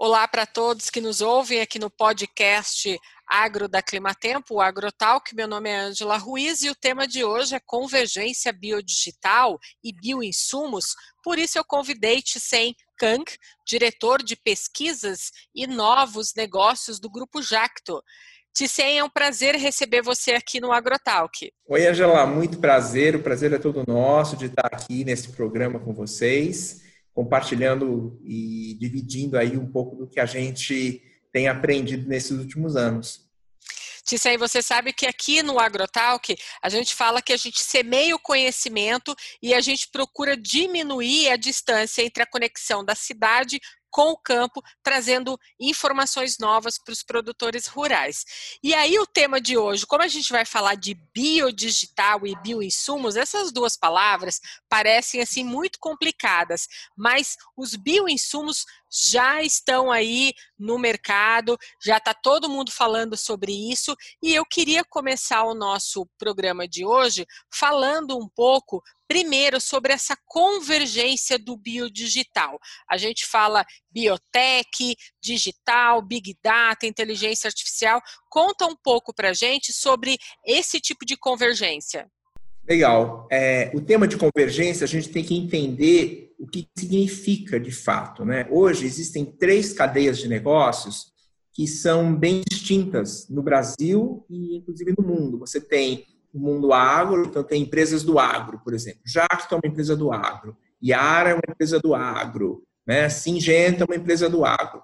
Olá para todos que nos ouvem aqui no podcast Agro da Climatempo, o Agrotalk. Meu nome é Ângela Ruiz e o tema de hoje é convergência biodigital e bioinsumos. Por isso eu convidei Thisen Kang, diretor de pesquisas e novos negócios do Grupo Jacto. Thisen, é um prazer receber você aqui no Agrotalk. Oi, Ângela, muito prazer. O prazer é todo nosso de estar aqui nesse programa com vocês, compartilhando e dividindo aí um pouco do que a gente tem aprendido nesses últimos anos. Thisen, você sabe que aqui no Agrotalk a gente fala que a gente semeia o conhecimento e a gente procura diminuir a distância entre a conexão da cidade com o campo, trazendo informações novas para os produtores rurais. E aí o tema de hoje, como a gente vai falar de biodigital e bioinsumos, essas duas palavras parecem assim muito complicadas, mas os bioinsumos já estão aí no mercado, já está todo mundo falando sobre isso, e eu queria começar o nosso programa de hoje falando um pouco primeiro sobre essa convergência do biodigital. A gente fala biotech, digital, big data, inteligência artificial. Conta um pouco para a gente sobre esse tipo de convergência. Legal. O tema de convergência, a gente tem que entender o que significa de fato, né? Hoje existem 3 cadeias de negócios que são bem distintas no Brasil e inclusive no mundo. Você tem o mundo agro, então tem empresas do agro, por exemplo. Jacto é uma empresa do agro, Yara é uma empresa do agro, né? Syngenta é uma empresa do agro.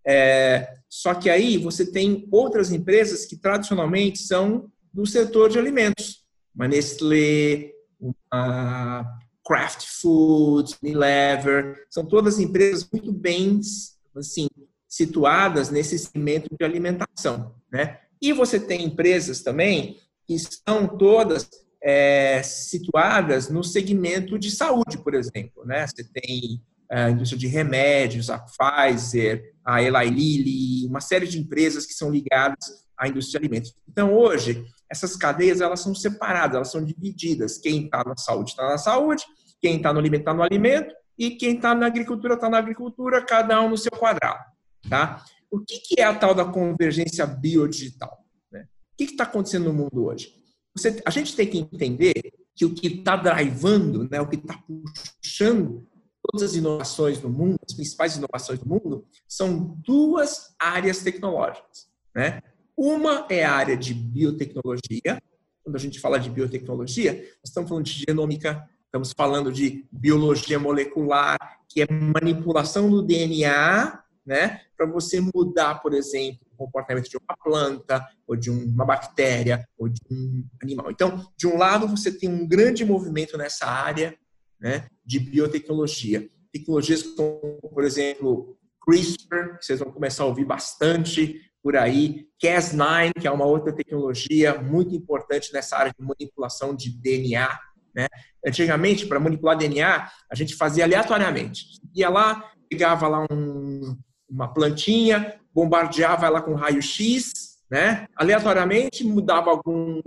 Só que aí você tem outras empresas que tradicionalmente são do setor de alimentos. Uma Nestlé, uma Kraft Foods, Unilever, são todas empresas muito bem assim, situadas nesse segmento de alimentação, né? E você tem empresas também que estão todas situadas no segmento de saúde, por exemplo, né? Você tem a indústria de remédios, a Pfizer, a Eli Lilly, uma série de empresas que são ligadas à indústria de alimentos. Então, hoje, essas cadeias elas são separadas, elas são divididas. Quem está na saúde, quem está no alimento, e quem está na agricultura, cada um no seu quadrado. Tá? O que é a tal da convergência biodigital? O que está acontecendo no mundo hoje? A gente tem que entender que o que está drivando, né, o que está puxando todas as inovações do mundo, as principais inovações do mundo, são 2 áreas tecnológicas. Né? Uma é a área de biotecnologia. Quando a gente fala de biotecnologia, nós estamos falando de genômica, estamos falando de biologia molecular, que é manipulação do DNA, né, para você mudar, por exemplo, o comportamento de uma planta, ou de uma bactéria, ou de um animal. Então, de um lado, você tem um grande movimento nessa área, né, de biotecnologia. Tecnologias como, por exemplo, CRISPR, que vocês vão começar a ouvir bastante por aí, Cas9, que é uma outra tecnologia muito importante nessa área de manipulação de DNA. Né? Antigamente, para manipular DNA, a gente fazia aleatoriamente. Ia lá, pegava lá uma plantinha, bombardeava ela com raio-x, né? Aleatoriamente, mudava algum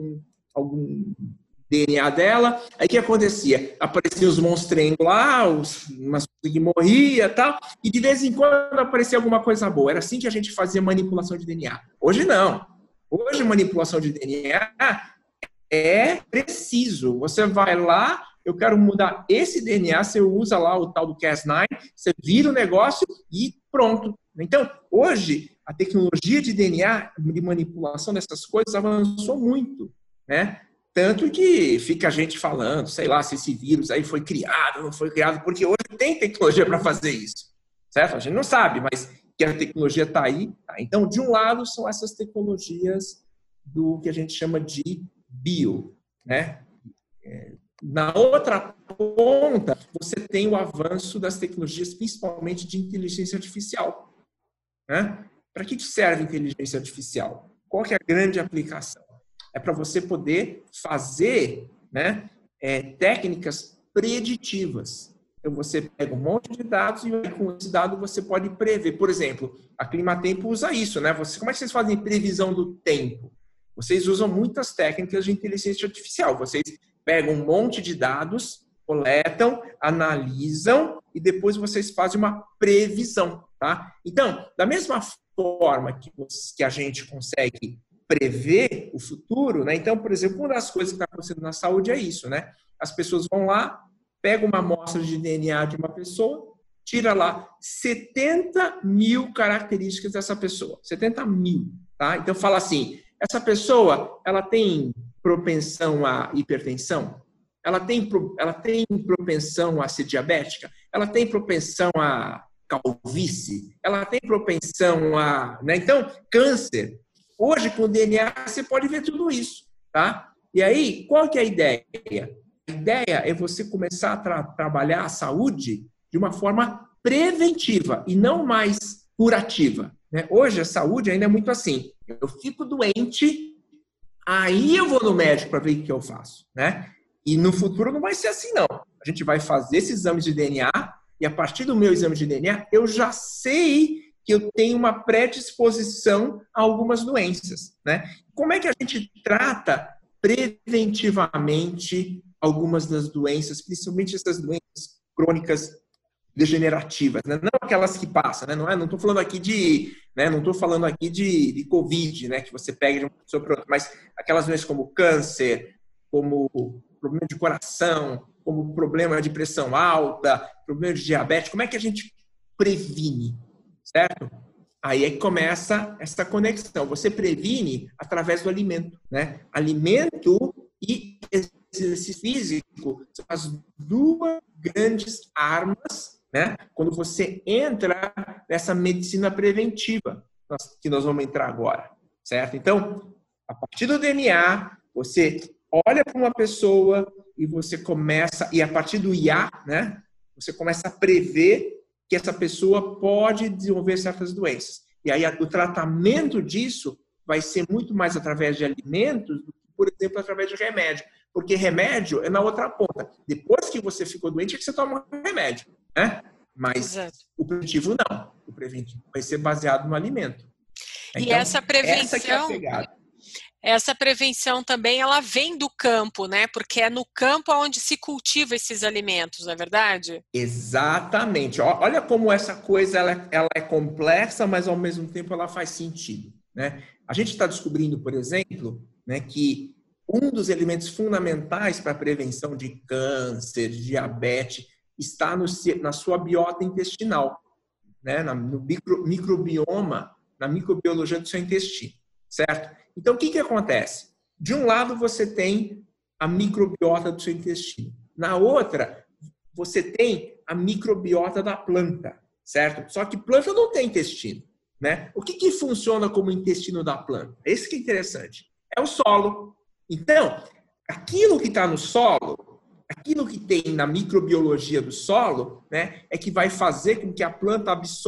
DNA dela. Aí o que acontecia? Apareciam os monstrengos lá, umas que morria e tal, e de vez em quando aparecia alguma coisa boa. Era assim que a gente fazia manipulação de DNA. Hoje não. Hoje manipulação de DNA é preciso. Você vai lá, eu quero mudar esse DNA, você usa lá o tal do Cas9, você vira o negócio e pronto. Então, hoje, a tecnologia de DNA, de manipulação dessas coisas, avançou muito, né? Tanto que fica a gente falando, sei lá, se esse vírus aí foi criado, não foi criado, porque hoje tem tecnologia para fazer isso, certo? A gente não sabe, mas que a tecnologia está aí. Tá? Então, de um lado, são essas tecnologias do que a gente chama de bio, né? Na outra ponta, você tem o avanço das tecnologias, principalmente de inteligência artificial. Né? Para que serve a inteligência artificial? Qual que é a grande aplicação? É para você poder fazer, né, técnicas preditivas. Então, você pega um monte de dados e com esse dado você pode prever. Por exemplo, a Climatempo usa isso. Né? Como é que vocês fazem previsão do tempo? Vocês usam muitas técnicas de inteligência artificial. Vocês pegam um monte de dados, coletam, analisam e depois vocês fazem uma previsão tá? Então, da mesma forma que a gente consegue prever o futuro, né? Então, por exemplo, uma das coisas que está acontecendo na saúde é isso, né? As pessoas vão lá, pegam uma amostra de DNA de uma pessoa, tira lá 70 mil características dessa pessoa. 70 mil, tá? Então, fala assim, essa pessoa, ela tem propensão à hipertensão? Ela tem propensão a ser diabética? Ela tem propensão a calvície? Ela tem propensão a... né? Então, câncer. Hoje, com o DNA, você pode ver tudo isso, tá? E aí, qual que é a ideia? A ideia é você começar a trabalhar a saúde de uma forma preventiva e não mais curativa, né? Hoje, a saúde ainda é muito assim. Eu fico doente, aí eu vou no médico para ver o que eu faço, né? E no futuro não vai ser assim, não. A gente vai fazer esses exames de DNA e a partir do meu exame de DNA, eu já sei que eu tenho uma predisposição a algumas doenças, né? Como é que a gente trata preventivamente algumas das doenças, principalmente essas doenças crônicas degenerativas, né? Não aquelas que passam, né? Não estou falando aqui de, né? Não estou falando aqui de Covid, né? Que você pega de uma pessoa para outra, mas aquelas doenças como câncer, como problema de coração, como problema de pressão alta, problema de diabetes. Como é que a gente previne, certo? Aí é que começa essa conexão. Você previne através do alimento, né? Alimento e exercício físico são as duas grandes armas, né? Quando você entra nessa medicina preventiva, que nós vamos entrar agora, certo? Então, a partir do DNA, você olha para uma pessoa e você começa, e a partir do IA, né? Você começa a prever que essa pessoa pode desenvolver certas doenças. E aí o tratamento disso vai ser muito mais através de alimentos do que, por exemplo, através de remédio. Porque remédio é na outra ponta. Depois que você ficou doente, é que você toma um remédio, né? Mas Exato. O preventivo não. O preventivo vai ser baseado no alimento. Então, e essa prevenção... Essa que é a pegada. Essa prevenção também, ela vem do campo, né? Porque é no campo onde se cultiva esses alimentos, não é verdade? Exatamente. Olha como essa coisa ela é complexa, mas ao mesmo tempo ela faz sentido, né? A gente está descobrindo, por exemplo, né, que um dos elementos fundamentais para a prevenção de câncer, de diabetes, está na sua biota intestinal, né? No microbioma, na microbiologia do seu intestino, certo? Então, o que acontece? De um lado, você tem a microbiota do seu intestino. Na outra, você tem a microbiota da planta, certo? Só que planta não tem intestino, né? O que funciona como intestino da planta? Esse que é interessante. É o solo. Então, aquilo que está no solo, aquilo que tem na microbiologia do solo, né, é que vai fazer com que a planta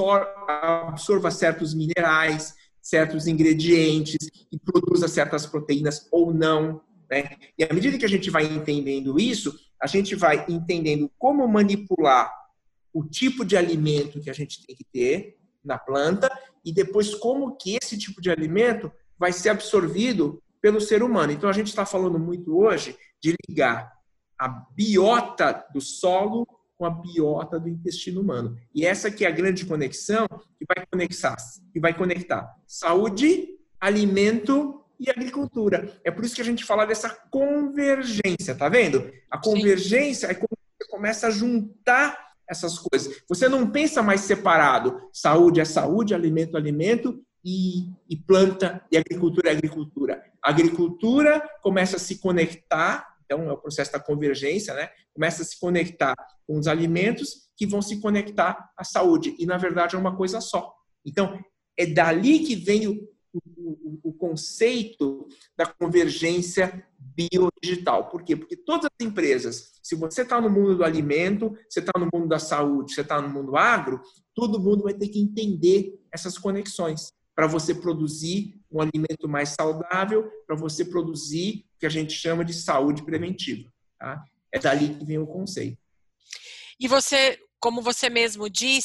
absorva certos minerais, certos ingredientes, e produza certas proteínas ou não, né? E à medida que a gente vai entendendo isso, a gente vai entendendo como manipular o tipo de alimento que a gente tem que ter na planta e depois como que esse tipo de alimento vai ser absorvido pelo ser humano. Então, a gente está falando muito hoje de ligar a biota do solo com a biota do intestino humano. E essa que é a grande conexão que vai conectar saúde, alimento e agricultura. É por isso que a gente fala dessa convergência, tá vendo? A convergência é quando você começa a juntar essas coisas. Você não pensa mais separado. Saúde é saúde, alimento é alimento e planta e agricultura é agricultura. A agricultura começa a se conectar. Então, é o processo da convergência, né? Começa a se conectar com os alimentos que vão se conectar à saúde. E, na verdade, é uma coisa só. Então, é dali que vem o conceito da convergência biodigital. Por quê? Porque todas as empresas, se você está no mundo do alimento, você está no mundo da saúde, você está no mundo agro, todo mundo vai ter que entender essas conexões para você produzir um alimento mais saudável, para você produzir o que a gente chama de saúde preventiva. Tá? É dali que vem o conceito. E você, como você mesmo disse,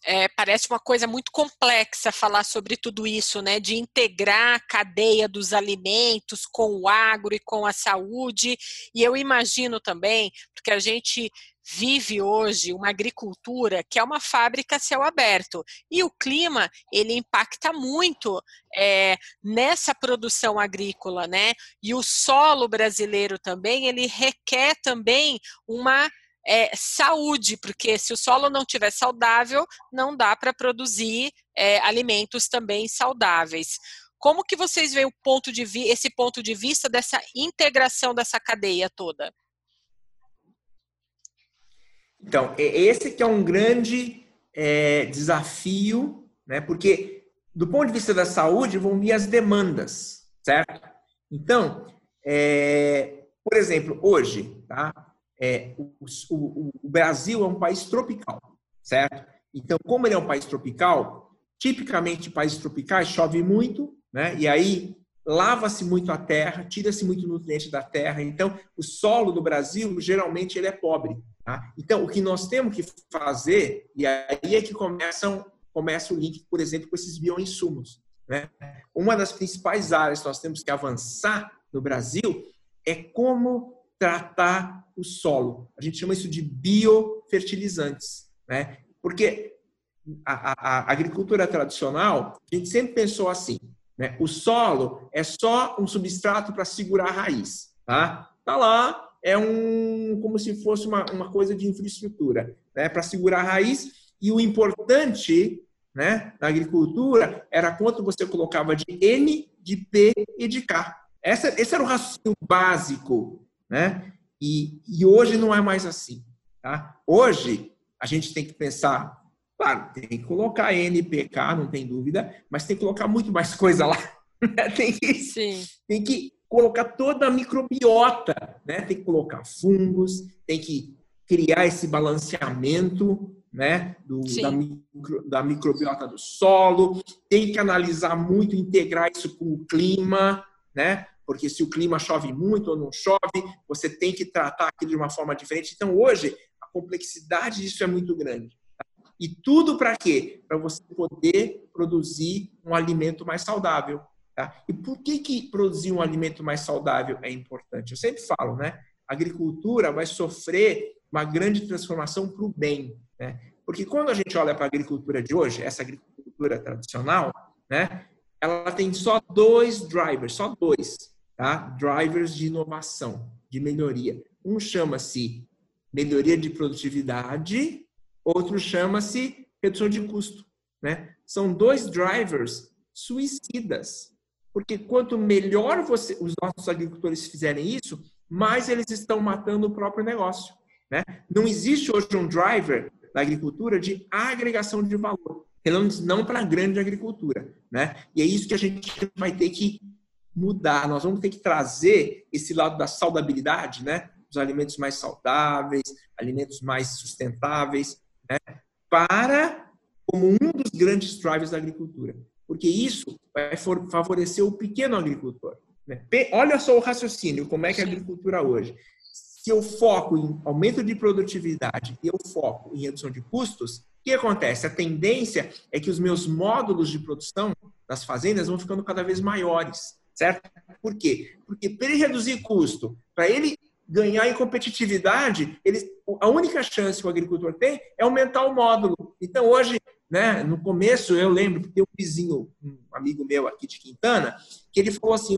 Parece uma coisa muito complexa falar sobre tudo isso, né? De integrar a cadeia dos alimentos com o agro e com a saúde. E eu imagino também, porque a gente vive hoje uma agricultura que é uma fábrica a céu aberto. E o clima, ele impacta muito nessa produção agrícola, né? E o solo brasileiro também, ele requer também uma saúde, porque se o solo não estiver saudável, não dá para produzir alimentos também saudáveis. Como que vocês veem esse ponto de vista dessa integração dessa cadeia toda? Então, esse que é um grande desafio, né? Porque do ponto de vista da saúde vão vir as demandas, certo? Então, por exemplo, hoje, tá? O Brasil é um país tropical, certo? Então, como ele é um país tropical, tipicamente em países tropicais chove muito, né? E aí lava-se muito a terra, tira-se muito nutriente da terra. Então, o solo do Brasil, geralmente, ele é pobre. Tá? Então, o que nós temos que fazer, e aí é que começa o link, por exemplo, com esses bioinsumos. Né? Uma das principais áreas que nós temos que avançar no Brasil é como tratar o solo. A gente chama isso de biofertilizantes. Né? Porque a agricultura tradicional, a gente sempre pensou assim, né? O solo é só um substrato para segurar a raiz. Tá lá, como se fosse uma coisa de infraestrutura, né? Para segurar a raiz. E o importante, né, na agricultura era quanto você colocava de N, de P e de K. Esse era o raciocínio básico, né? E hoje não é mais assim. Tá? Hoje, a gente tem que pensar, claro, tem que colocar N, P, K, não tem dúvida, mas tem que colocar muito mais coisa lá. Tem que colocar toda a microbiota, né? Tem que colocar fungos, tem que criar esse balanceamento, né? Da microbiota do solo, tem que analisar muito, integrar isso com o clima, né? Porque se o clima chove muito ou não chove, você tem que tratar aquilo de uma forma diferente. Então, hoje, a complexidade disso é muito grande. Tá? E tudo para quê? Para você poder produzir um alimento mais saudável. Tá? E por que produzir um alimento mais saudável é importante? Eu sempre falo, né? A agricultura vai sofrer uma grande transformação para o bem. Né? Porque quando a gente olha para a agricultura de hoje, essa agricultura tradicional, né? Ela tem só dois drivers, tá? Drivers de inovação, de melhoria. Um chama-se melhoria de produtividade, outro chama-se redução de custo. Né? São dois drivers suicidas. Porque quanto melhor os nossos agricultores fizerem isso, mais eles estão matando o próprio negócio. Né? Não existe hoje um driver na agricultura de agregação de valor, pelo menos não para a grande agricultura. Né? E é isso que a gente vai ter que mudar. Nós vamos ter que trazer esse lado da saudabilidade, né? Os alimentos mais saudáveis, alimentos mais sustentáveis, né? Como um dos grandes drivers da agricultura. Porque isso vai favorecer o pequeno agricultor. Né? Olha só o raciocínio, como é que é a agricultura hoje. Se eu foco em aumento de produtividade e eu foco em redução de custos, o que acontece? A tendência é que os meus módulos de produção das fazendas vão ficando cada vez maiores, certo? Por quê? Porque para ele reduzir custo, para ele ganhar em competitividade, a única chance que o agricultor tem é aumentar o módulo. Então, hoje, né, no começo, eu lembro que tem um vizinho, um amigo meu aqui de Quintana, que ele falou assim,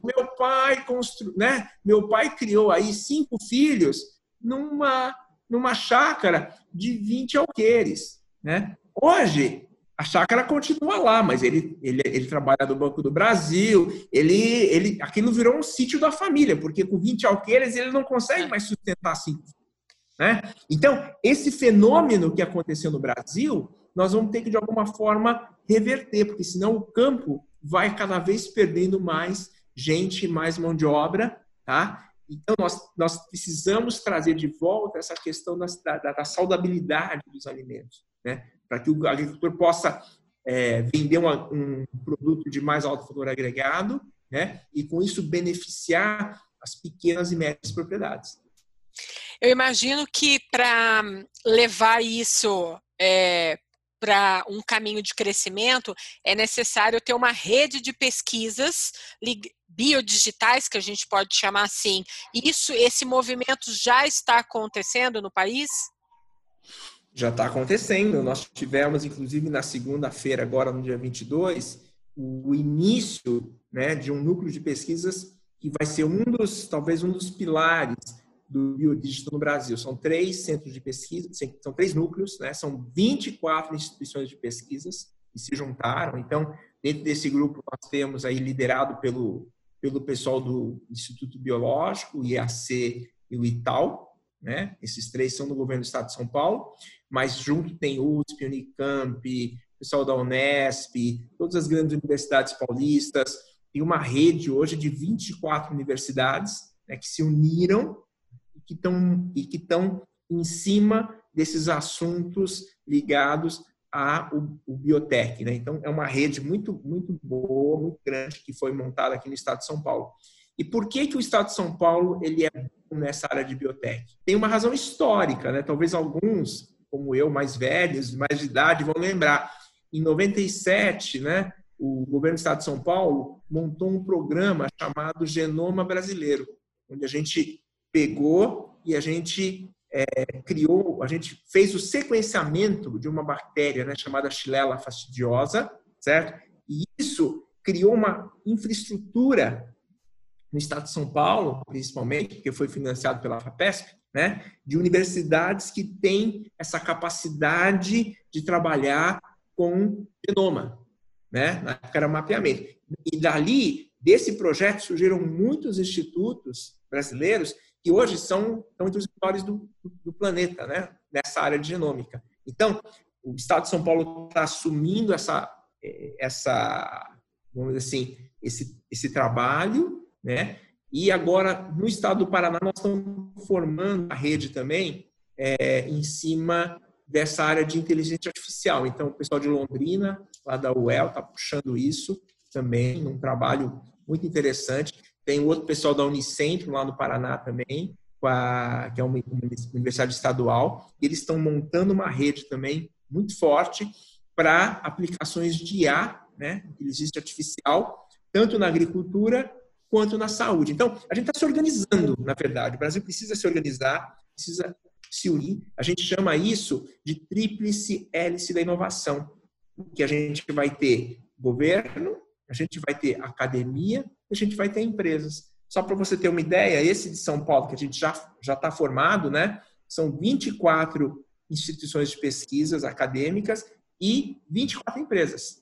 meu pai criou aí 5 filhos numa chácara de 20 alqueires. Né? Hoje, a chácara continua lá, mas ele trabalha no Banco do Brasil, aquilo virou um sítio da família, porque com 20 alqueires ele não consegue mais sustentar 5. Né? Então, esse fenômeno que aconteceu no Brasil, nós vamos ter que, de alguma forma, reverter, porque senão o campo vai cada vez perdendo mais gente, mais mão de obra. Tá? Então, nós precisamos trazer de volta essa questão da saudabilidade dos alimentos, né? Para que o agricultor possa vender um produto de mais alto valor agregado, né? E, com isso, beneficiar as pequenas e médias propriedades. Eu imagino que para levar isso para um caminho de crescimento, é necessário ter uma rede de pesquisas biodigitais, que a gente pode chamar assim. Esse movimento já está acontecendo no país? Já está acontecendo. Nós tivemos, inclusive, na segunda-feira, agora no dia 22, o início, né, de um núcleo de pesquisas que vai ser talvez um dos pilares do biodigital no Brasil. São 3 centros de pesquisa, são 3 núcleos, né, são 24 instituições de pesquisas que se juntaram. Então, dentro desse grupo, nós temos aí liderado pelo pessoal do Instituto Biológico, o IAC e o ITAL, né? Esses 3 são do governo do Estado de São Paulo, mas junto tem USP, Unicamp, pessoal da Unesp, todas as grandes universidades paulistas, tem uma rede hoje de 24 universidades, né, que se uniram e que estão em cima desses assuntos ligados ao biotech, né? Então, é uma rede muito, muito boa, muito grande, que foi montada aqui no Estado de São Paulo. E por que o Estado de São Paulo ele é bom nessa área de biotech? Tem uma razão histórica, né? Talvez alguns, como eu, mais velhos, mais de idade, vão lembrar. Em 97, né, o governo do Estado de São Paulo montou um programa chamado Genoma Brasileiro, onde a gente pegou e a gente a gente fez o sequenciamento de uma bactéria, né, chamada Xylella fastidiosa, certo? E isso criou uma infraestrutura no Estado de São Paulo, principalmente, porque foi financiado pela FAPESP, né, de universidades que têm essa capacidade de trabalhar com genoma, né? Na época era mapeamento. E dali, desse projeto, surgiram muitos institutos brasileiros que hoje estão entre os melhores do planeta, né? Nessa área de genômica. Então, o Estado de São Paulo está assumindo vamos dizer assim, esse trabalho, né? E agora, no Estado do Paraná, nós estamos formando a rede também em cima dessa área de inteligência artificial. Então, o pessoal de Londrina, lá da UEL, está puxando isso também, um trabalho muito interessante. Tem o outro pessoal da Unicentro, lá no Paraná também, que é uma universidade estadual. E eles estão montando uma rede também muito forte para aplicações de IA, né, inteligência artificial, tanto na agricultura quanto na saúde. Então, a gente está se organizando, na verdade. O Brasil precisa se organizar, precisa se unir. A gente chama isso de tríplice hélice da inovação, que a gente vai ter governo, a gente vai ter academia, a gente vai ter empresas. Só para você ter uma ideia, esse de São Paulo, que a gente já está formado, né? São 24 instituições de pesquisas acadêmicas e 24 empresas.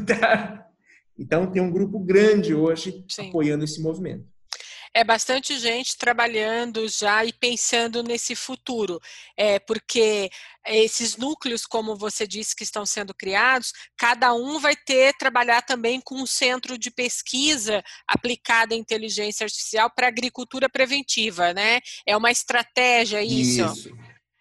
Então, tem um grupo grande hoje apoiando esse movimento. É bastante gente trabalhando já e pensando nesse futuro, porque esses núcleos, como você disse, que estão sendo criados, cada um vai trabalhar também com um centro de pesquisa aplicada à inteligência artificial para agricultura preventiva, né? É uma estratégia isso? Isso.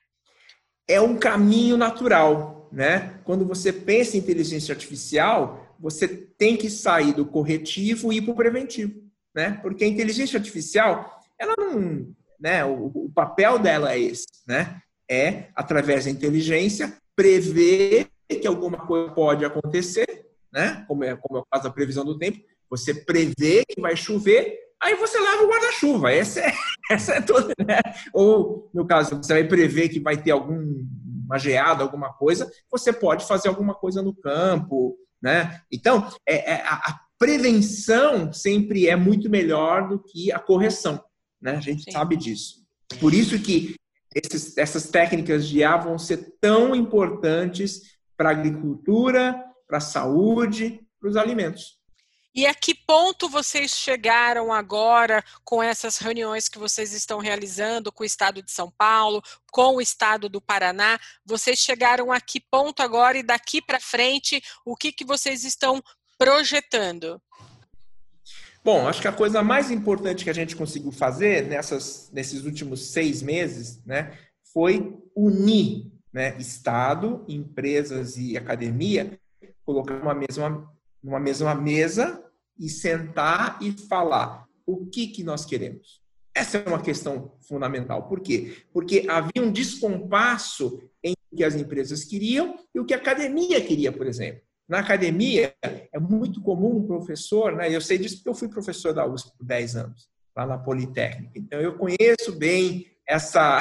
É um caminho natural, né? Quando você pensa em inteligência artificial, você tem que sair do corretivo e ir para o preventivo. Né? Porque a inteligência artificial, ela não, né? O papel dela é esse, né? É, através da inteligência, prever que alguma coisa pode acontecer, né? Como é o caso da previsão do tempo, você prevê que vai chover, aí você leva o guarda-chuva, essa é toda, né? Ou, no caso, você vai prever que vai ter uma geada, alguma coisa, você pode fazer alguma coisa no campo, né? Então, a prevenção sempre é muito melhor do que a correção, né? A gente sabe disso. Por isso que essas técnicas de IA vão ser tão importantes para a agricultura, para a saúde, para os alimentos. E a que ponto vocês chegaram agora com essas reuniões que vocês estão realizando com o Estado de São Paulo, com o Estado do Paraná? Vocês chegaram a que ponto agora e daqui para frente, o que vocês estão projetando? Bom, acho que a coisa mais importante que a gente conseguiu fazer nesses últimos 6 meses, né, foi unir, né, Estado, empresas e academia, colocar numa mesma mesa e sentar e falar o que nós queremos. Essa é uma questão fundamental. Por quê? Porque havia um descompasso entre o que as empresas queriam e o que a academia queria, por exemplo. Na academia, é muito comum um professor, né? Eu sei disso porque eu fui professor da USP por 10 anos, lá na Politécnica. Então, eu conheço bem essa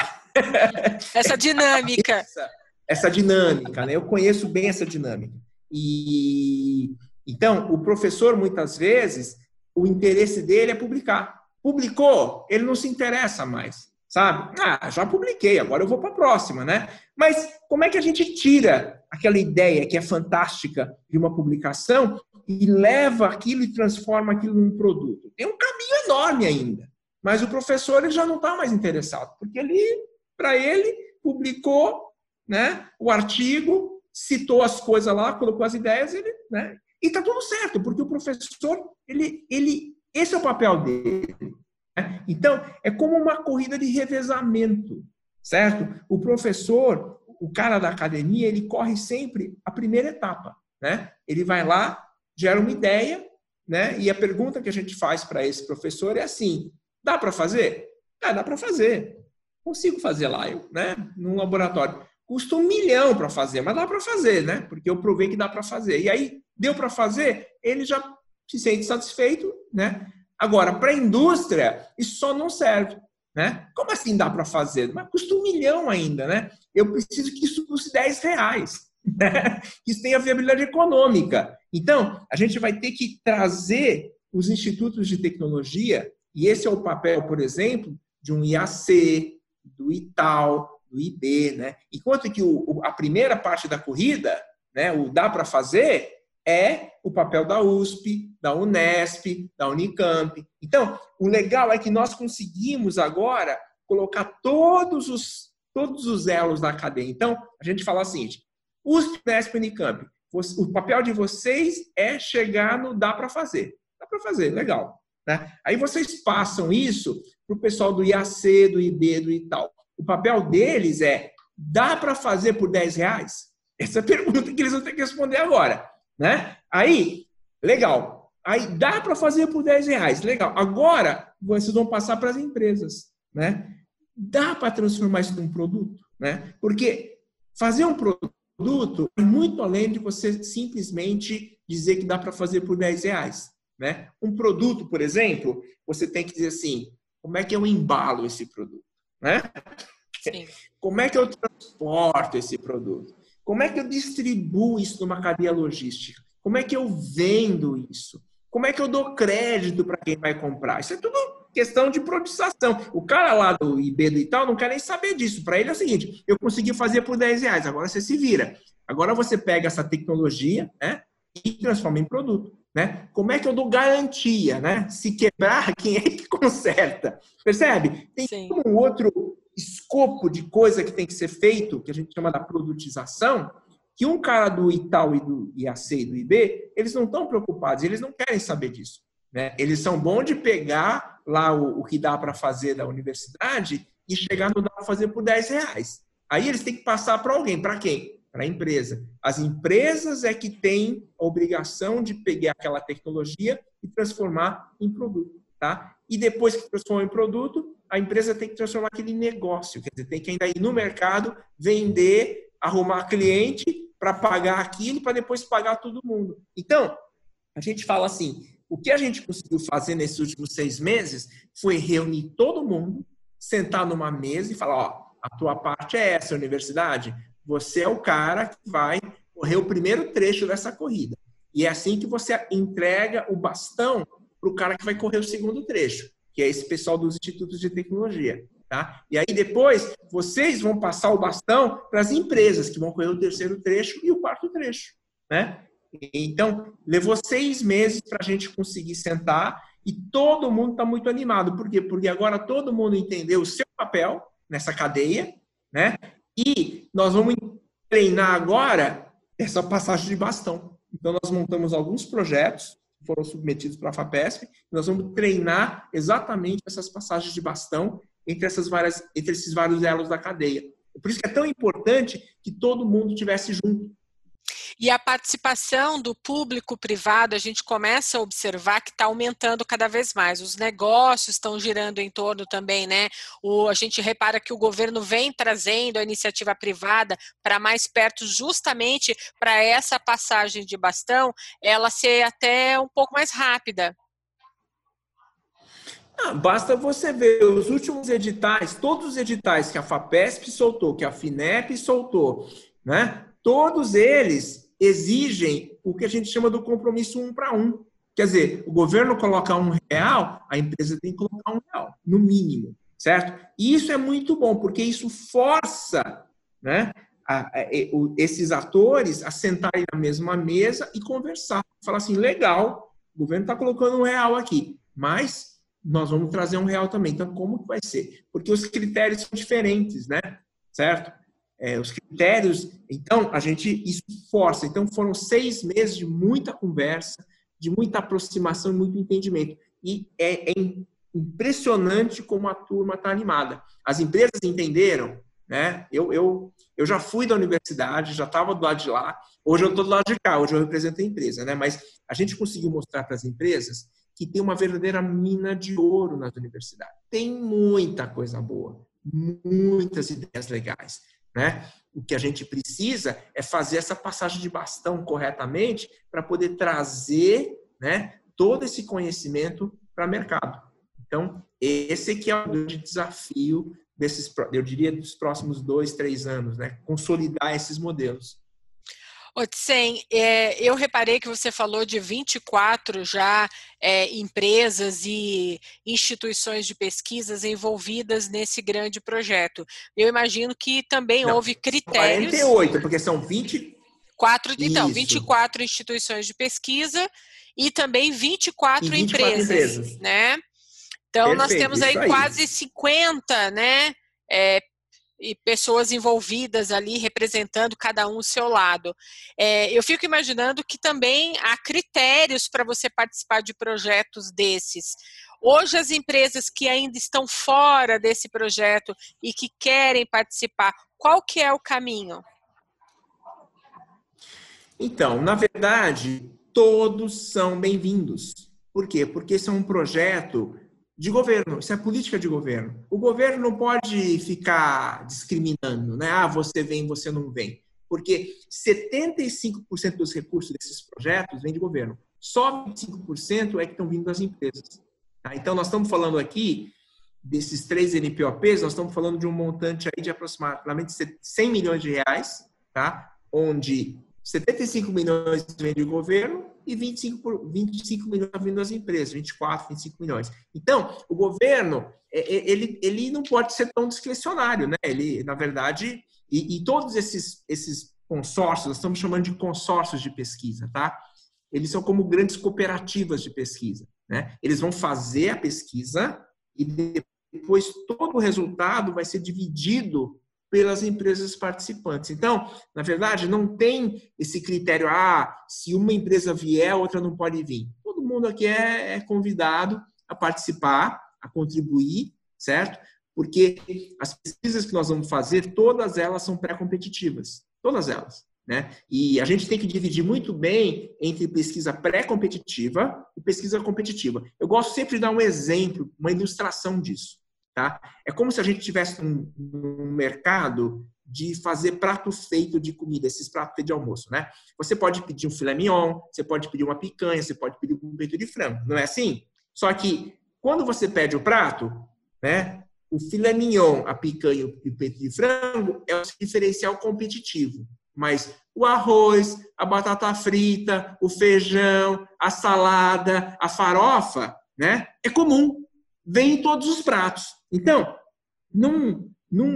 dinâmica. Essa dinâmica, né? Eu conheço bem essa dinâmica. E então, o professor, muitas vezes, o interesse dele é publicar. Publicou, ele não se interessa mais, sabe? Já publiquei, agora eu vou para a próxima, né? Mas como é que a gente tira aquela ideia que é fantástica de uma publicação e leva aquilo e transforma aquilo num produto? Tem um caminho enorme ainda, mas o professor ele já não está mais interessado, porque para ele, publicou, né, o artigo, citou as coisas lá, colocou as ideias, né, e está tudo certo, porque o professor, esse é o papel dele. Né? Então, é como uma corrida de revezamento, certo? O professor, o cara da academia, ele corre sempre a primeira etapa. Né? Ele vai lá, gera uma ideia, né? E a pergunta que a gente faz para esse professor é assim, dá para fazer? Dá para fazer. Consigo fazer lá, né? Num laboratório. Custa $1 milhão para fazer, mas dá para fazer, né? Porque eu provei que dá para fazer. E aí, deu para fazer, ele já se sente satisfeito, né? Agora, para a indústria, isso só não serve, né? Como assim dá para fazer? Mas custa $1 milhão ainda, né? Eu preciso que isso custe R$10, né? Que isso tenha viabilidade econômica. Então, a gente vai ter que trazer os institutos de tecnologia, e esse é o papel, por exemplo, de um IAC, do Itaú, do IB, né? Enquanto que a primeira parte da corrida, né, o dá para fazer, é o papel da USP, da Unesp, da Unicamp. Então, o legal é que nós conseguimos agora colocar todos os elos da cadeia. Então, a gente fala o seguinte, USP, Unesp, Unicamp, o papel de vocês é chegar no dá para fazer. Dá para fazer, legal. Né? Aí vocês passam isso para o pessoal do IAC, do IB, do Itaú. O papel deles é, dá para fazer por R$10? Essa é a pergunta que eles vão ter que responder agora. Né? Aí, legal. Aí dá para fazer por R$10. Legal. Agora, vocês vão passar para as empresas. Né? Dá para transformar isso num produto? Né? Porque fazer um produto é muito além de você simplesmente dizer que dá para fazer por R$10. Né? Um produto, por exemplo, você tem que dizer assim, como é que eu embalo esse produto? Né? Como é que eu transporto esse produto? Como é que eu distribuo isso numa cadeia logística? Como é que eu vendo isso? Como é que eu dou crédito para quem vai comprar? Isso é tudo questão de produtização. O cara lá do IB do Itaú não quer nem saber disso. Para ele é o seguinte, eu consegui fazer por R$10, agora você se vira. Agora você pega essa tecnologia, né, e transforma em produto. Né? Como é que eu dou garantia? Né? Se quebrar, quem é que conserta? Percebe? Tem um outro escopo de coisa que tem que ser feito, que a gente chama da produtização, que um cara do Itaú e do IAC e do IB, eles não estão preocupados, eles não querem saber disso. Né? Eles são bons de pegar lá o que dá para fazer da universidade e chegar no dá para fazer por R$10. Aí eles têm que passar para alguém. Para quem? Para a empresa. As empresas é que têm a obrigação de pegar aquela tecnologia e transformar em produto. Tá? E depois que transforma em produto, a empresa tem que transformar aquele em negócio. Quer dizer, tem que ainda ir no mercado, vender, arrumar cliente para pagar aquilo, para depois pagar todo mundo. Então, a gente fala assim, o que a gente conseguiu fazer nesses últimos 6 meses foi reunir todo mundo, sentar numa mesa e falar, ó, a tua parte é essa, universidade. Você é o cara que vai correr o primeiro trecho dessa corrida. E é assim que você entrega o bastão para o cara que vai correr o segundo trecho, que é esse pessoal dos institutos de tecnologia. Tá? E aí depois vocês vão passar o bastão para as empresas que vão correr o terceiro trecho e o quarto trecho. Né? Então, levou 6 meses para a gente conseguir sentar e todo mundo está muito animado. Por quê? Porque agora todo mundo entendeu o seu papel nessa cadeia, né? E nós vamos treinar agora essa passagem de bastão. Então, nós montamos alguns projetos que foram submetidos para a FAPESP e nós vamos treinar exatamente essas passagens de bastão entre esses vários elos da cadeia. Por isso que é tão importante que todo mundo estivesse junto. E a participação do público-privado, a gente começa a observar que está aumentando cada vez mais. Os negócios estão girando em torno também, né? A gente repara que o governo vem trazendo a iniciativa privada para mais perto, justamente para essa passagem de bastão, ela ser até um pouco mais rápida. Basta você ver os últimos editais, todos os editais que a FAPESP soltou, que a FINEP soltou, né? Todos eles exigem o que a gente chama do compromisso 1 para 1. Quer dizer, o governo coloca R$1, a empresa tem que colocar R$1, no mínimo, certo? E isso é muito bom, porque isso força, né, esses atores a sentarem na mesma mesa e conversar. Falar assim, legal, o governo está colocando R$1 aqui, mas nós vamos trazer R$1 também. Então, como que vai ser? Porque os critérios são diferentes, né? Certo? Os critérios... Então, isso força. Então, foram 6 meses de muita conversa, de muita aproximação e muito entendimento. E é impressionante como a turma está animada. As empresas entenderam, né? Eu já fui da universidade, já estava do lado de lá. Hoje eu estou do lado de cá, hoje eu represento a empresa, né? Mas a gente conseguiu mostrar para as empresas que tem uma verdadeira mina de ouro nas universidades. Tem muita coisa boa, muitas ideias legais, né? O que a gente precisa é fazer essa passagem de bastão corretamente para poder trazer, né, todo esse conhecimento para o mercado. Então, esse aqui é o grande desafio desses, eu diria, dos próximos 2, 3 anos, né? Consolidar esses modelos. Odsem, eu reparei que você falou de 24 já empresas e instituições de pesquisas envolvidas nesse grande projeto. Eu imagino que também houve critérios... 48, porque são 20... Então, 24 instituições de pesquisa e também 24 empresas, né? Então, nós temos aí quase 50, né? E pessoas envolvidas ali, representando cada um o seu lado. Eu fico imaginando que também há critérios para você participar de projetos desses. Hoje, as empresas que ainda estão fora desse projeto e que querem participar, qual que é o caminho? Então, na verdade, todos são bem-vindos. Por quê? Porque esse é um projeto de governo, isso é política de governo. O governo não pode ficar discriminando, né? Ah, você vem, você não vem. Porque 75% dos recursos desses projetos vêm de governo. Só 25% é que estão vindo das empresas. Tá? Então, nós estamos falando aqui, desses 3 NPOPs, nós estamos falando de um montante aí de aproximadamente 100 milhões de reais, tá? Onde 75 milhões vem de governo e 25 milhões vindo das empresas, 24, 25 milhões. Então, o governo, ele não pode ser tão discricionário, né? Ele, na verdade, e todos esses consórcios, nós estamos chamando de consórcios de pesquisa, tá? Eles são como grandes cooperativas de pesquisa, né? Eles vão fazer a pesquisa e depois todo o resultado vai ser dividido pelas empresas participantes. Então, na verdade, não tem esse critério, se uma empresa vier, a outra não pode vir. Todo mundo aqui é convidado a participar, a contribuir, certo? Porque as pesquisas que nós vamos fazer, todas elas são pré-competitivas. Todas elas, né? E a gente tem que dividir muito bem entre pesquisa pré-competitiva e pesquisa competitiva. Eu gosto sempre de dar um exemplo, uma ilustração disso. Tá? É como se a gente tivesse um mercado de fazer prato feito de comida, esses pratos feitos de almoço, né? Você pode pedir um filé mignon, você pode pedir uma picanha, você pode pedir um peito de frango, não é assim? Só que quando você pede o prato, né? O filé mignon, a picanha e o peito de frango é o diferencial competitivo. Mas o arroz, a batata frita, o feijão, a salada, a farofa, né? É comum. Vem em todos os pratos. Então, num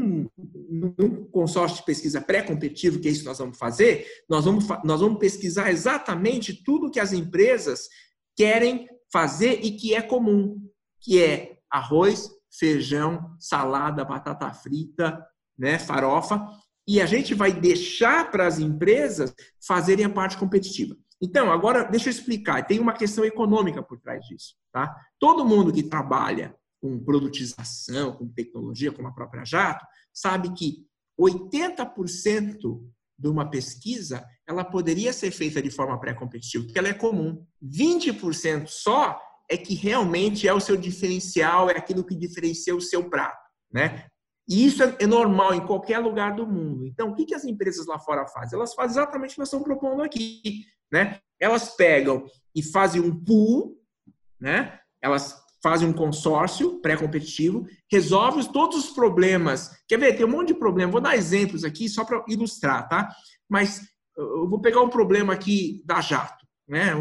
consórcio de pesquisa pré-competitivo, que é isso que nós vamos fazer, nós vamos pesquisar exatamente tudo que as empresas querem fazer e que é comum, que é arroz, feijão, salada, batata frita, né, farofa, e a gente vai deixar para as empresas fazerem a parte competitiva. Então, agora, deixa eu explicar. Tem uma questão econômica por trás disso. Tá? Todo mundo que trabalha com produtização, com tecnologia, como a própria Jato, sabe que 80% de uma pesquisa, ela poderia ser feita de forma pré-competitiva, porque ela é comum. 20% só é que realmente é o seu diferencial, é aquilo que diferencia o seu prato, né? E isso é normal em qualquer lugar do mundo. Então, o que as empresas lá fora fazem? Elas fazem exatamente o que nós estamos propondo aqui, né? Elas pegam e fazem um pool, né? Elas fazem um consórcio pré-competitivo, resolvem todos os problemas. Quer ver? Tem um monte de problema. Vou dar exemplos aqui só para ilustrar, tá? Mas eu vou pegar um problema aqui da Jato, né?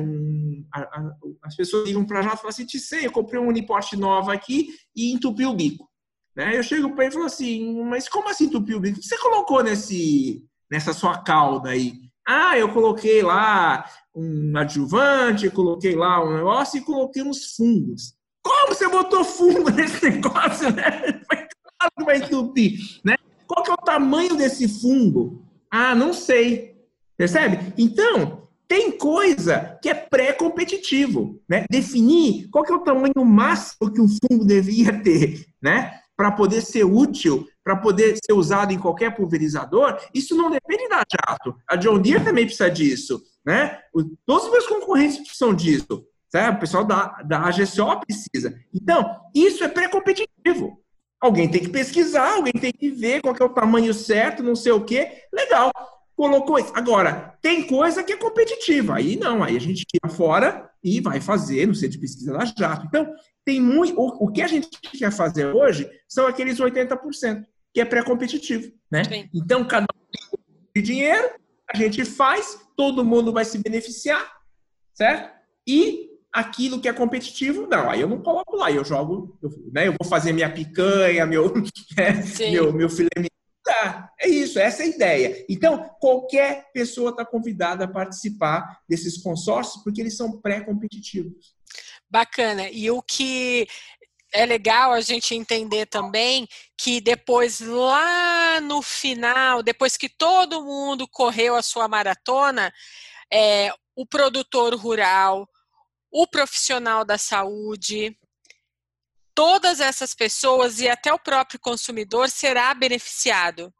As pessoas ligam para a Jato e falam assim, Ticei, eu comprei um uniporte nova aqui e entupi o bico. Né? Eu chego para ele e falo assim, mas como assim entupiu o bico? O que você colocou nessa sua cauda aí? Ah, eu coloquei lá um adjuvante, coloquei lá um negócio e coloquei uns fungos. Como você botou fungo nesse negócio, né? Claro que vai entupir, né? Qual que é o tamanho desse fungo? Ah, não sei. Percebe? Então, tem coisa que é pré-competitivo, né? Definir qual que é o tamanho máximo que o fungo devia ter, né? Para poder ser útil, para poder ser usado em qualquer pulverizador, isso não depende da Jato. A John Deere também precisa disso, né? Todos os meus concorrentes precisam disso, certo? O pessoal da AGCO precisa. Então, isso é pré-competitivo. Alguém tem que pesquisar, alguém tem que ver qual que é o tamanho certo, não sei o quê. Legal, colocou isso. Agora, tem coisa que é competitiva. Aí não, aí a gente tira fora e vai fazer no centro de pesquisa da Jato. Então, tem muito. O que a gente quer fazer hoje são aqueles 80%, que é pré-competitivo, né? Sim. Então, cada um tem dinheiro, a gente faz, todo mundo vai se beneficiar, certo? E aquilo que é competitivo, não, aí eu não coloco lá, eu jogo, né? Eu vou fazer minha picanha, meu filé mignon. Tá, é isso, essa é a ideia. Então, qualquer pessoa está convidada a participar desses consórcios, porque eles são pré-competitivos. Bacana. E o que é legal a gente entender também que depois, lá no final, depois que todo mundo correu a sua maratona, o produtor rural, o profissional da saúde, todas essas pessoas e até o próprio consumidor será beneficiado.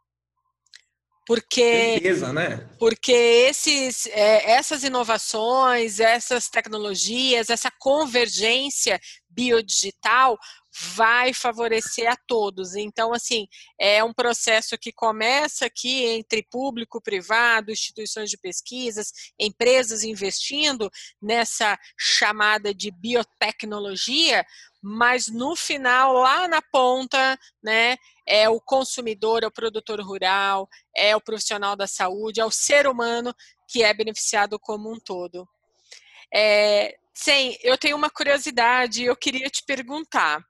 Certeza, né? Porque essas inovações, essas tecnologias, essa convergência biodigital vai favorecer a todos. Então, assim, é um processo que começa aqui entre público, privado, instituições de pesquisas, empresas investindo nessa chamada de biotecnologia, mas no final, lá na ponta, né, é o consumidor, é o produtor rural, é o profissional da saúde, é o ser humano que é beneficiado como um todo. Sim, eu tenho uma curiosidade, eu queria te perguntar.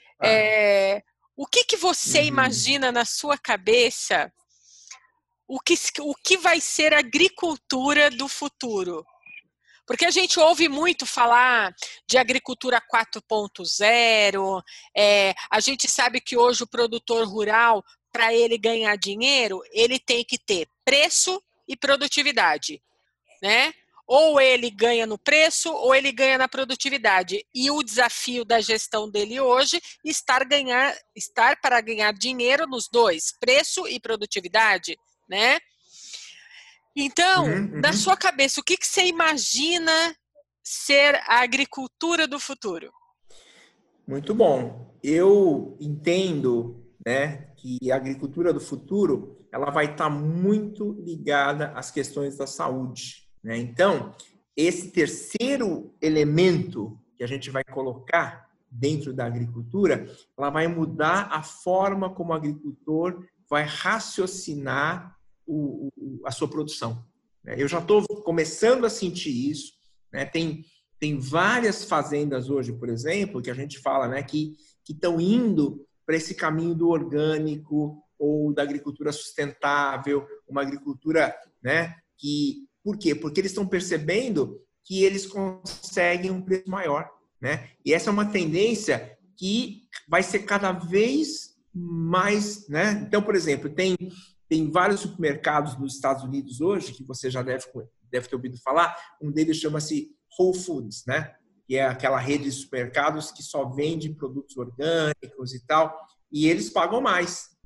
O que você imagina na sua cabeça o que vai ser a agricultura do futuro? Porque a gente ouve muito falar de agricultura 4.0, a gente sabe que hoje o produtor rural, para ele ganhar dinheiro, ele tem que ter preço e produtividade, né? Ou ele ganha no preço, ou ele ganha na produtividade. E o desafio da gestão dele hoje estar para ganhar dinheiro nos dois, preço e produtividade, né? Então, na sua cabeça, o que você imagina ser a agricultura do futuro? Muito bom. Eu entendo, né, que a agricultura do futuro ela vai estar muito ligada às questões da saúde, né? Então, esse terceiro elemento que a gente vai colocar dentro da agricultura, ela vai mudar a forma como o agricultor vai raciocinar a sua produção. Eu já estou começando a sentir isso, né? Tem várias fazendas hoje, por exemplo, que a gente fala, né, que estão indo para esse caminho do orgânico ou da agricultura sustentável, uma agricultura, né, por quê? Porque eles estão percebendo que eles conseguem um preço maior, né? E essa é uma tendência que vai ser cada vez mais, né? Então, por exemplo, tem vários supermercados nos Estados Unidos hoje que você já deve ter ouvido falar. Um deles chama-se Whole Foods, né? Que é aquela rede de supermercados que só vende produtos orgânicos e tal, e eles pagam mais,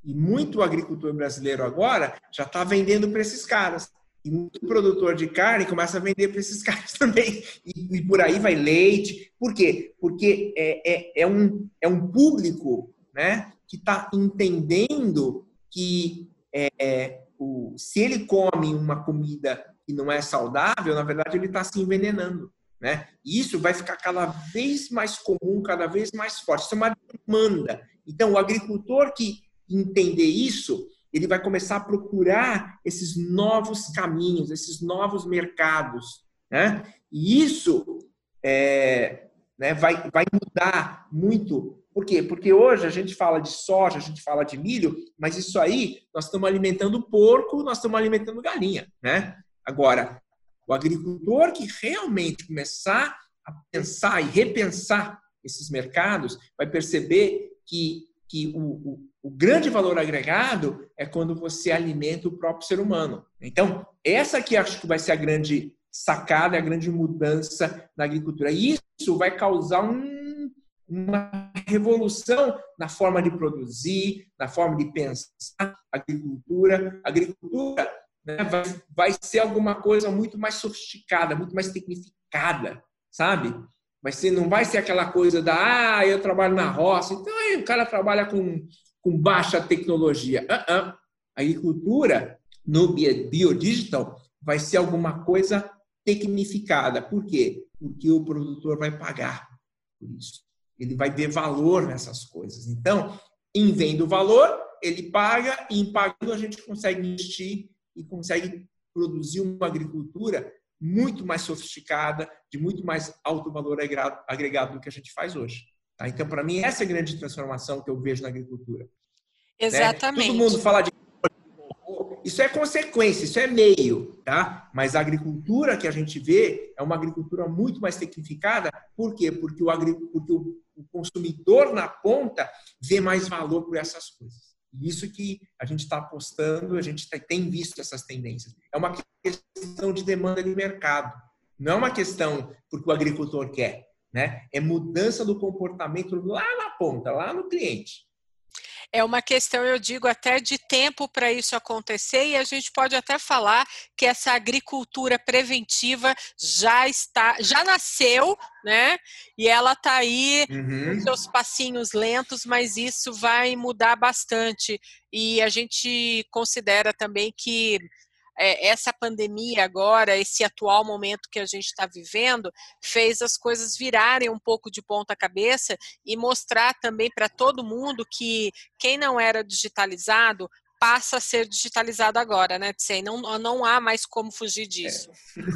E muito agricultor brasileiro agora já está vendendo para esses caras. E muito produtor de carne começa a vender para esses caras também. E por aí vai leite. Por quê? Porque é um público, né, que está entendendo que se ele come uma comida que não é saudável, na verdade ele está se envenenando. Né? E isso vai ficar cada vez mais comum, cada vez mais forte. Isso é uma demanda. Então, o agricultor que entender isso, ele vai começar a procurar esses novos caminhos, esses novos mercados. Né? E isso né, vai mudar muito. Por quê? Porque hoje a gente fala de soja, a gente fala de milho, mas isso aí nós estamos alimentando porco, nós estamos alimentando galinha. Né? Agora, o agricultor que realmente começar a pensar e repensar esses mercados vai perceber que o grande valor agregado é quando você alimenta o próprio ser humano. Então, essa aqui acho que vai ser a grande sacada, a grande mudança na agricultura. E isso vai causar uma revolução na forma de produzir, na forma de pensar a agricultura. A agricultura, né, vai ser alguma coisa muito mais sofisticada, muito mais tecnificada, sabe? Não vai ser aquela coisa eu trabalho na roça, então aí o cara trabalha com baixa tecnologia. A agricultura no biodigital vai ser alguma coisa tecnificada. Por quê? Porque o produtor vai pagar por isso. Ele vai ver valor nessas coisas. Então, em vendo valor, ele paga, e em pagando a gente consegue investir e consegue produzir uma agricultura muito mais sofisticada, de muito mais alto valor agregado do que a gente faz hoje. Tá? Então, para mim, essa é a grande transformação que eu vejo na agricultura. Exatamente. Né? Todo mundo fala de... Isso é consequência, isso é meio, tá? Mas a agricultura que a gente vê é uma agricultura muito mais tecnificada. Por quê? Porque o consumidor na ponta vê mais valor por essas coisas. E isso que a gente está apostando, a gente tem visto essas tendências. É uma questão de demanda de mercado. Não é uma questão porque o agricultor quer, né? É mudança do comportamento lá na ponta, lá no cliente. É uma questão, eu digo, até de tempo para isso acontecer, e a gente pode até falar que essa agricultura preventiva já nasceu, né? E ela está aí com seus passinhos lentos, mas isso vai mudar bastante. E a gente considera também que essa pandemia agora, esse atual momento que a gente está vivendo, fez as coisas virarem um pouco de ponta cabeça e mostrar também para todo mundo que quem não era digitalizado passa a ser digitalizado agora, né, Tsei? Não há mais como fugir disso.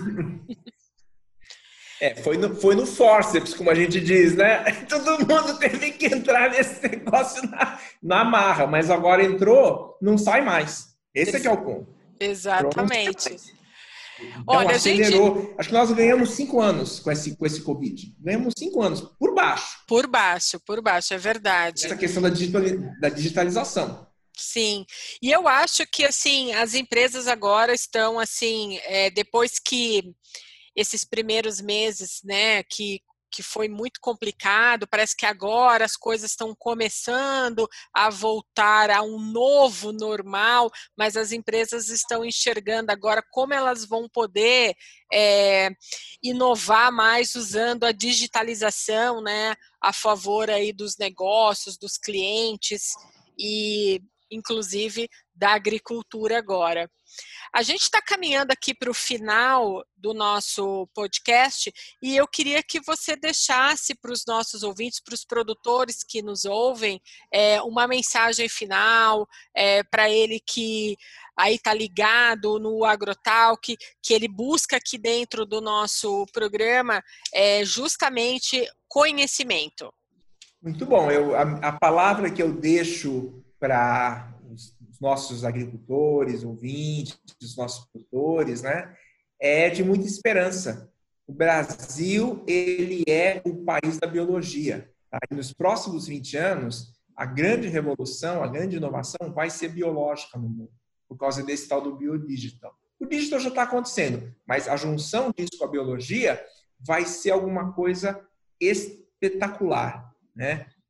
Foi no forceps, como a gente diz, né? Todo mundo teve que entrar nesse negócio na marra, mas agora entrou, não sai mais. Esse é que é o ponto. Exatamente. Então, olha, acelerou. Acho que nós ganhamos 5 anos com esse Covid. Ganhamos 5 anos, por baixo. Por baixo, é verdade. Essa questão da digitalização. Sim, e eu acho que, assim, as empresas agora estão, assim, depois que esses primeiros meses, né, que foi muito complicado, parece que agora as coisas estão começando a voltar a um novo normal, mas as empresas estão enxergando agora como elas vão poder inovar mais usando a digitalização, né, a favor aí dos negócios, dos clientes e, inclusive, da agricultura agora. A gente está caminhando aqui para o final do nosso podcast e eu queria que você deixasse para os nossos ouvintes, para os produtores que nos ouvem, uma mensagem final para ele que aí está ligado no Agrotalk, que ele busca aqui dentro do nosso programa justamente conhecimento. Muito bom. A palavra que eu deixo para os nossos agricultores, ouvintes, os nossos produtores, né, é de muita esperança. O Brasil, ele é o país da biologia. Tá? E nos próximos 20 anos, a grande revolução, a grande inovação vai ser biológica no mundo, por causa desse tal do biodigital. O digital já está acontecendo, mas a junção disso com a biologia vai ser alguma coisa espetacular, né?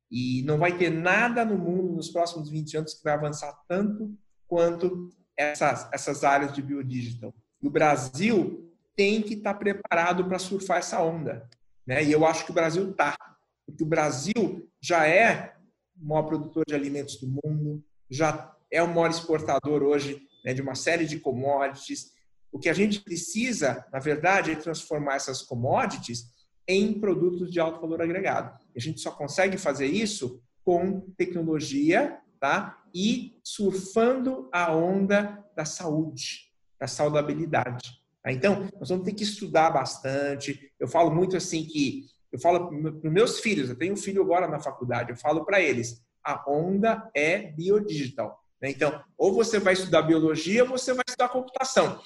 E não vai ter nada no mundo nos próximos 20 anos que vai avançar tanto quanto essas áreas de biodigital. E o Brasil tem que estar preparado para surfar essa onda, né? E eu acho que o Brasil está, porque o Brasil já é o maior produtor de alimentos do mundo, já é o maior exportador hoje, né, de uma série de commodities. O que a gente precisa, na verdade, é transformar essas commodities em produtos de alto valor agregado. E a gente só consegue fazer isso com tecnologia, tá? E surfando a onda da saúde, da saudabilidade. Tá? Então, nós vamos ter que estudar bastante. Eu falo muito assim que eu falo para os meus filhos, eu tenho um filho agora na faculdade, eu falo para eles, a onda é biodigital. Né? Então, ou você vai estudar biologia ou você vai estudar computação.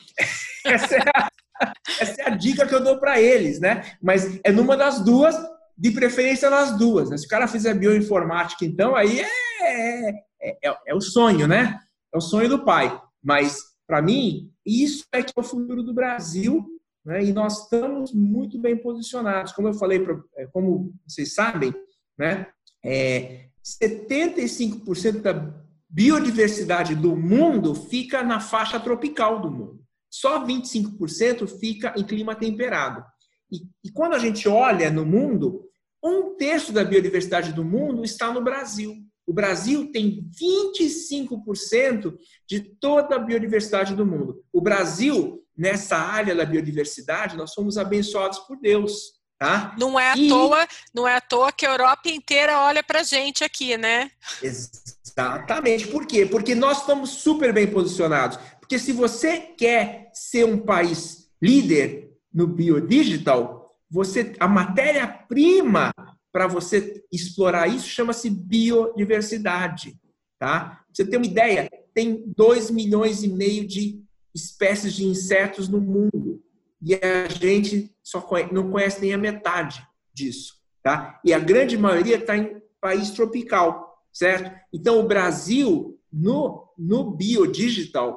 Essa é a dica que eu dou para eles, né? Mas é numa das duas, de preferência nas duas. Né? Se o cara fizer bioinformática, então, aí é o sonho, né? É o sonho do pai. Mas, para mim, isso é que é o futuro do Brasil, né? E nós estamos muito bem posicionados. Como eu falei, como vocês sabem, né? 75% da biodiversidade do mundo fica na faixa tropical do mundo. Só 25% fica em clima temperado. E quando a gente olha no mundo, 1/3 da biodiversidade do mundo está no Brasil. O Brasil tem 25% de toda a biodiversidade do mundo. O Brasil, nessa área da biodiversidade, nós somos abençoados por Deus. Tá? Não é à toa que a Europa inteira olha para a gente aqui, né? Exatamente. Por quê? Porque nós estamos super bem posicionados. Porque se você quer ser um país líder no biodigital, a matéria-prima para você explorar isso chama-se biodiversidade. Tá? Pra você ter uma ideia, tem 2,5 milhões de espécies de insetos no mundo. E a gente não conhece nem a metade disso. Tá? E a grande maioria está em país tropical, certo? Então, o Brasil, no biodigital,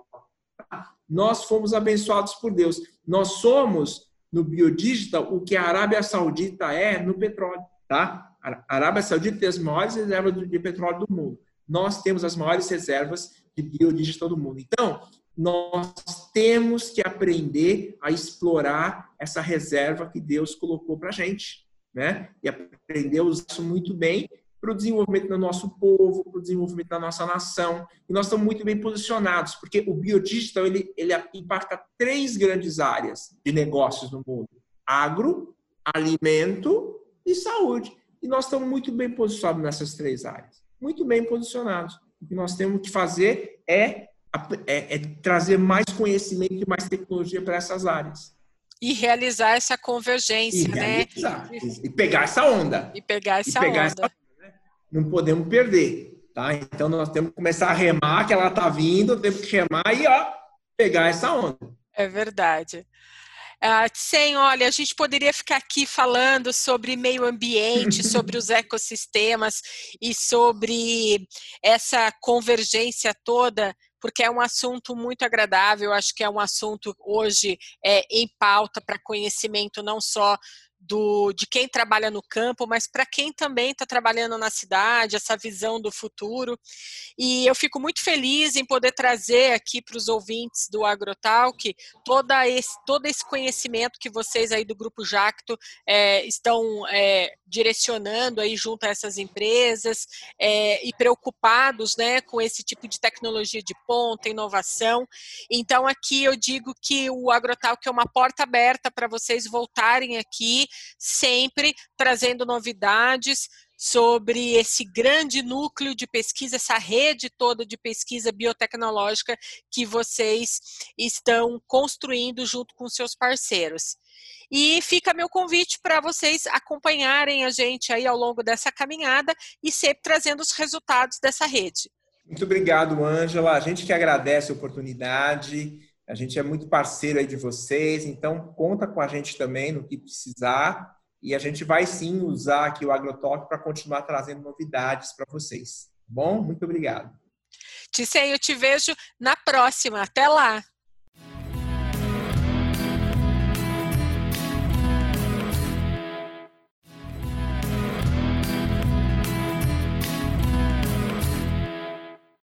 nós fomos abençoados por Deus. Nós somos, no biodigital, o que a Arábia Saudita é no petróleo. Tá? A Arábia Saudita tem as maiores reservas de petróleo do mundo. Nós temos as maiores reservas de biodigital do mundo. Então, nós temos que aprender a explorar essa reserva que Deus colocou para a gente, né? E aprender a usar isso muito bem para o desenvolvimento do nosso povo, para o desenvolvimento da nossa nação. E nós estamos muito bem posicionados, porque o biodigital ele impacta 3 grandes áreas de negócios no mundo: agro, alimento e saúde. E nós estamos muito bem posicionados nessas 3 áreas. Muito bem posicionados. O que nós temos que fazer é trazer mais conhecimento e mais tecnologia para essas áreas. E realizar essa convergência, né? E pegar essa onda. E pegar essa onda. Né? Não podemos perder, tá? Então, nós temos que começar a remar, que ela está vindo, temos que remar e, pegar essa onda. É verdade. Sem, olha, a gente poderia ficar aqui falando sobre meio ambiente, sobre os ecossistemas e sobre essa convergência toda, porque é um assunto muito agradável, acho que é um assunto hoje em pauta para conhecimento não só de quem trabalha no campo, mas para quem também está trabalhando na cidade, essa visão do futuro. E eu fico muito feliz em poder trazer aqui para os ouvintes do AgroTalk todo esse conhecimento que vocês aí do Grupo Jacto estão direcionando aí junto a essas empresas e preocupados, né, com esse tipo de tecnologia de ponta, inovação. Então aqui eu digo que o AgroTalk é uma porta aberta para vocês voltarem aqui sempre trazendo novidades sobre esse grande núcleo de pesquisa, essa rede toda de pesquisa biotecnológica que vocês estão construindo junto com seus parceiros. E fica meu convite para vocês acompanharem a gente aí ao longo dessa caminhada e sempre trazendo os resultados dessa rede. Muito obrigado, Ângela. A gente que agradece a oportunidade. A gente é muito parceiro aí de vocês, então conta com a gente também no que precisar e a gente vai sim usar aqui o AgroTalk para continuar trazendo novidades para vocês. Bom? Muito obrigado. Tisei, eu te vejo na próxima. Até lá!